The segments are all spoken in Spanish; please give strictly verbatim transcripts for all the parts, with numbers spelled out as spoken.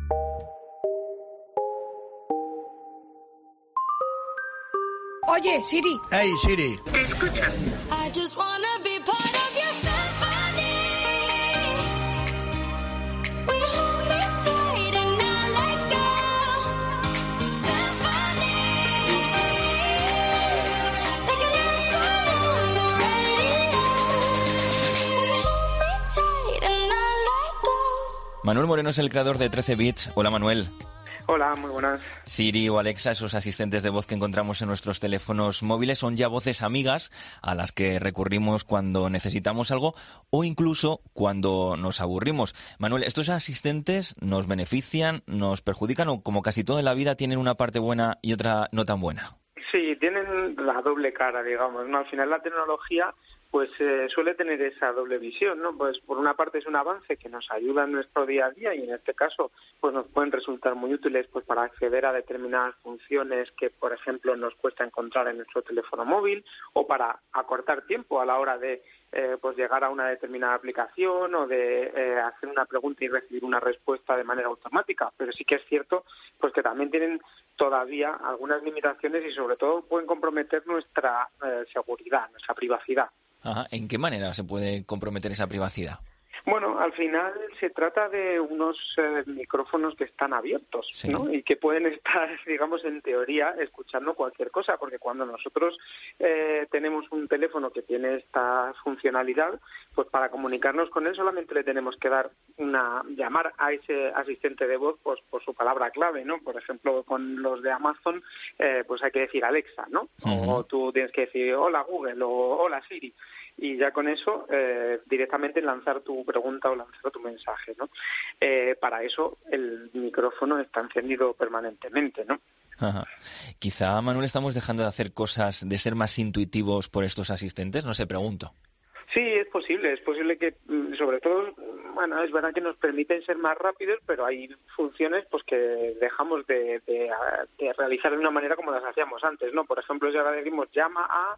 Oye, Siri. Hey, Siri. Te escucho. I just wanna be part of your symphony. We hold me tight and not let go. Symphony. Like a love song on the radio. We hold me tight and not let go. Manuel Moreno es el creador de trece bits. Hola, Manuel. Hola, muy buenas. Siri o Alexa, esos asistentes de voz que encontramos en nuestros teléfonos móviles, son ya voces amigas a las que recurrimos cuando necesitamos algo o incluso cuando nos aburrimos. Manuel, ¿estos asistentes nos benefician, nos perjudican o, como casi todo en la vida, tienen una parte buena y otra no tan buena? Sí, tienen la doble cara, digamos, ¿no? Al final la tecnología pues eh, suele tener esa doble visión, ¿no? Pues por una parte es un avance que nos ayuda en nuestro día a día y en este caso pues nos pueden resultar muy útiles pues para acceder a determinadas funciones que, por ejemplo, nos cuesta encontrar en nuestro teléfono móvil o para acortar tiempo a la hora de eh, pues llegar a una determinada aplicación o de eh, hacer una pregunta y recibir una respuesta de manera automática. Pero sí que es cierto pues que también tienen todavía algunas limitaciones y sobre todo pueden comprometer nuestra eh, seguridad, nuestra privacidad. Ajá. ¿En qué manera se puede comprometer esa privacidad? Bueno, al final se trata de unos eh, micrófonos que están abiertos, sí, ¿no? Y que pueden estar, digamos, en teoría, escuchando cualquier cosa, porque cuando nosotros eh, tenemos un teléfono que tiene esta funcionalidad, pues para comunicarnos con él solamente le tenemos que dar una, llamar a ese asistente de voz pues por su palabra clave, ¿no? Por ejemplo, con los de Amazon, eh, pues hay que decir Alexa, ¿no? Uh-huh. O tú tienes que decir hola Google o hola Siri. Y ya con eso eh, directamente lanzar tu pregunta o lanzar tu mensaje, ¿no? Eh, para eso el micrófono está encendido permanentemente, ¿no? Ajá. Quizá, Manuel, estamos dejando de hacer cosas, de ser más intuitivos por estos asistentes, no sé, pregunto. Sí, es posible, es posible que, sobre todo, bueno, es verdad que nos permiten ser más rápidos, pero hay funciones pues que dejamos de, de, de realizar de una manera como las hacíamos antes, ¿no? Por ejemplo, si ahora decimos llama a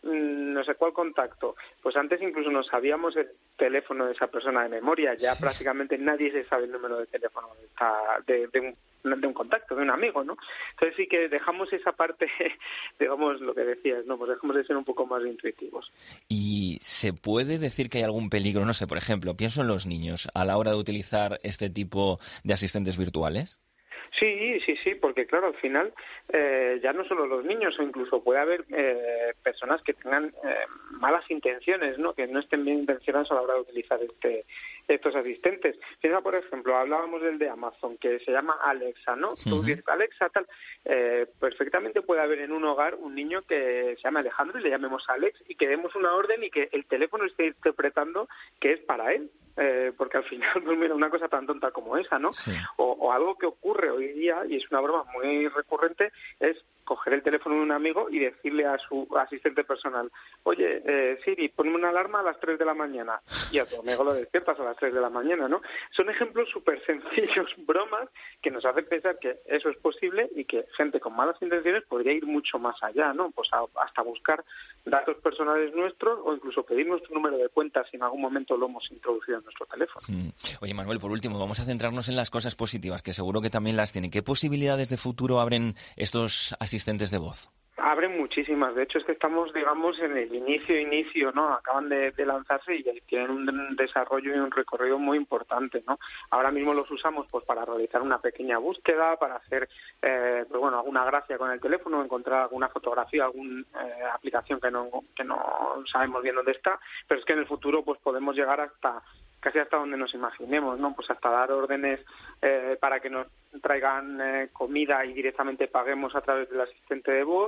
no sé cuál contacto, pues antes incluso no sabíamos el teléfono de esa persona de memoria, ya sí. Prácticamente nadie se sabe el número de teléfono de, esta, de, de, un, de un contacto, de un amigo, ¿no? Entonces sí que dejamos esa parte, digamos lo que decías, ¿no? Pues dejamos de ser un poco más intuitivos. ¿Y se puede decir que hay algún peligro? No sé, por ejemplo, pienso en los niños a la hora de utilizar este tipo de asistentes virtuales. Sí, sí, sí, porque claro, al final eh, ya no solo los niños, o incluso puede haber eh, personas que tengan eh, malas intenciones, ¿no? Que no estén bien intencionadas a la hora de utilizar este estos asistentes. Piensa, por ejemplo, hablábamos del de Amazon, que se llama Alexa, ¿no? Uh-huh. Tú dices Alexa, tal. Eh, perfectamente puede haber en un hogar un niño que se llama Alejandro y le llamemos Alex y que demos una orden y que el teléfono esté interpretando que es para él. Eh, porque al final, pues mira, una cosa tan tonta como esa, ¿no? Sí. O, o algo que ocurre hoy día, y es una broma muy recurrente, es coger el teléfono de un amigo y decirle a su asistente personal, oye, eh, Siri, ponme una alarma a las tres de la mañana, y a tu amigo lo despiertas a las tres de la mañana, ¿no? Son ejemplos súper sencillos, bromas, que nos hacen pensar que eso es posible y que gente con malas intenciones podría ir mucho más allá, ¿no? Pues a, hasta buscar datos personales nuestros o incluso pedir nuestro número de cuenta si en algún momento lo hemos introducido en nuestro teléfono. Mm. Oye, Manuel, por último, vamos a centrarnos en las cosas positivas, que seguro que también las tienen. ¿Qué posibilidades de futuro abren estos asistentes de voz? Abren muchísimas. De hecho, es que estamos, digamos, en el inicio, inicio, ¿no? Acaban de, de lanzarse y tienen un desarrollo y un recorrido muy importante, ¿no? Ahora mismo los usamos pues para realizar una pequeña búsqueda, para hacer, eh, pues bueno, alguna gracia con el teléfono, encontrar alguna fotografía, alguna eh, aplicación que no que no sabemos bien dónde está, pero es que en el futuro pues podemos llegar hasta casi hasta donde nos imaginemos, ¿no? Pues hasta dar órdenes eh, para que nos traigan eh, comida y directamente paguemos a través del asistente de voz,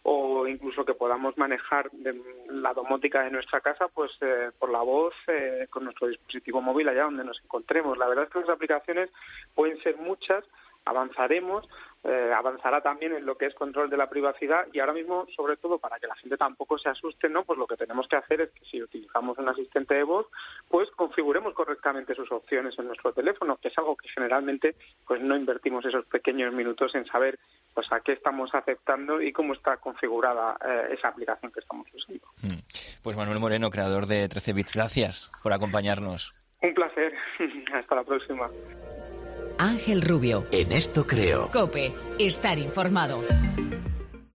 o incluso que podamos manejar de la domótica de nuestra casa pues eh, por la voz eh, con nuestro dispositivo móvil allá donde nos encontremos. La verdad es que las aplicaciones pueden ser muchas, avanzaremos, eh, avanzará también en lo que es control de la privacidad y ahora mismo, sobre todo, para que la gente tampoco se asuste, ¿no? Pues lo que tenemos que hacer es que si utilizamos un asistente de voz, pues configuremos correctamente sus opciones en nuestro teléfono, que es algo que generalmente pues no invertimos esos pequeños minutos en saber pues a qué estamos aceptando y cómo está configurada eh, esa aplicación que estamos usando. Pues Manuel Moreno, creador de trece bits, gracias por acompañarnos. Un placer. Hasta la próxima. Ángel Rubio. En esto creo. COPE. Estar informado.